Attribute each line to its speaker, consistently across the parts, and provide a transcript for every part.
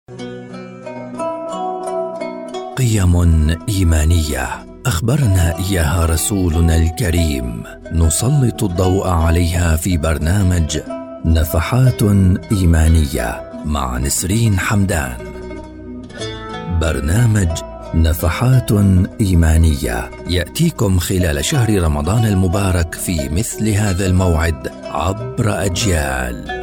Speaker 1: قيم إيمانية أخبرنا إياها رسولنا الكريم، نسلط الضوء عليها في برنامج نفحات إيمانية مع نسرين حمدان. برنامج نفحات إيمانية يأتيكم خلال شهر رمضان المبارك في مثل هذا الموعد عبر أجيال.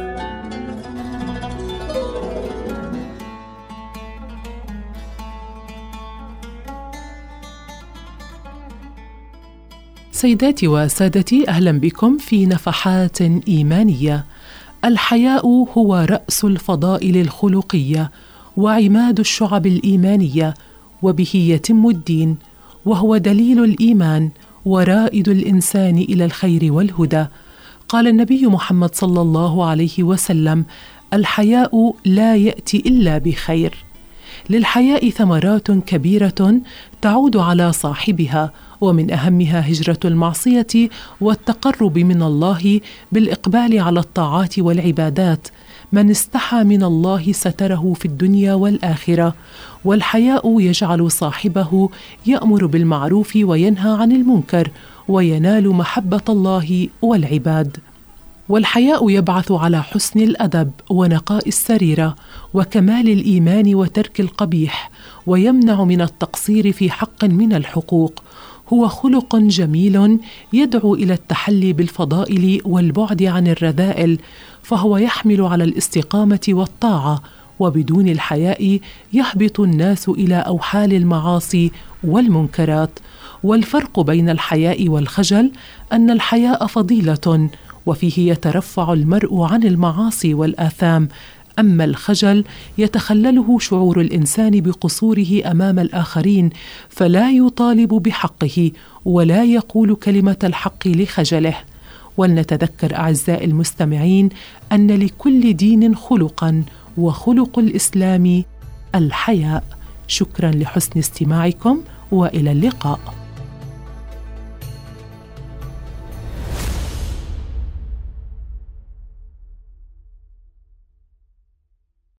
Speaker 2: سيداتي وسادتي، أهلا بكم في نفحات إيمانية. الحياء هو رأس الفضائل الخلقية وعماد الشعب الإيمانية، وبه يتم الدين، وهو دليل الإيمان ورائد الإنسان إلى الخير والهدى. قال النبي محمد صلى الله عليه وسلم: الحياء لا يأتي إلا بخير. للحياء ثمرات كبيرة تعود على صاحبها، ومن أهمها هجرة المعصية والتقرب من الله بالإقبال على الطاعات والعبادات. من استحى من الله ستره في الدنيا والآخرة، والحياء يجعل صاحبه يأمر بالمعروف وينهى عن المنكر، وينال محبة الله والعباد. والحياء يبعث على حسن الأدب ونقاء السريرة وكمال الإيمان وترك القبيح، ويمنع من التقصير في حق من الحقوق. هو خلق جميل يدعو إلى التحلي بالفضائل والبعد عن الرذائل، فهو يحمل على الاستقامة والطاعة، وبدون الحياء يهبط الناس إلى أوحال المعاصي والمنكرات. والفرق بين الحياء والخجل أن الحياء فضيلة، وفيه يترفع المرء عن المعاصي والآثام، أما الخجل يتخلله شعور الإنسان بقصوره أمام الآخرين، فلا يطالب بحقه ولا يقول كلمة الحق لخجله. ولنتذكر أعزائي المستمعين أن لكل دين خلقا، وخلق الإسلام الحياء. شكرا لحسن استماعكم، وإلى اللقاء.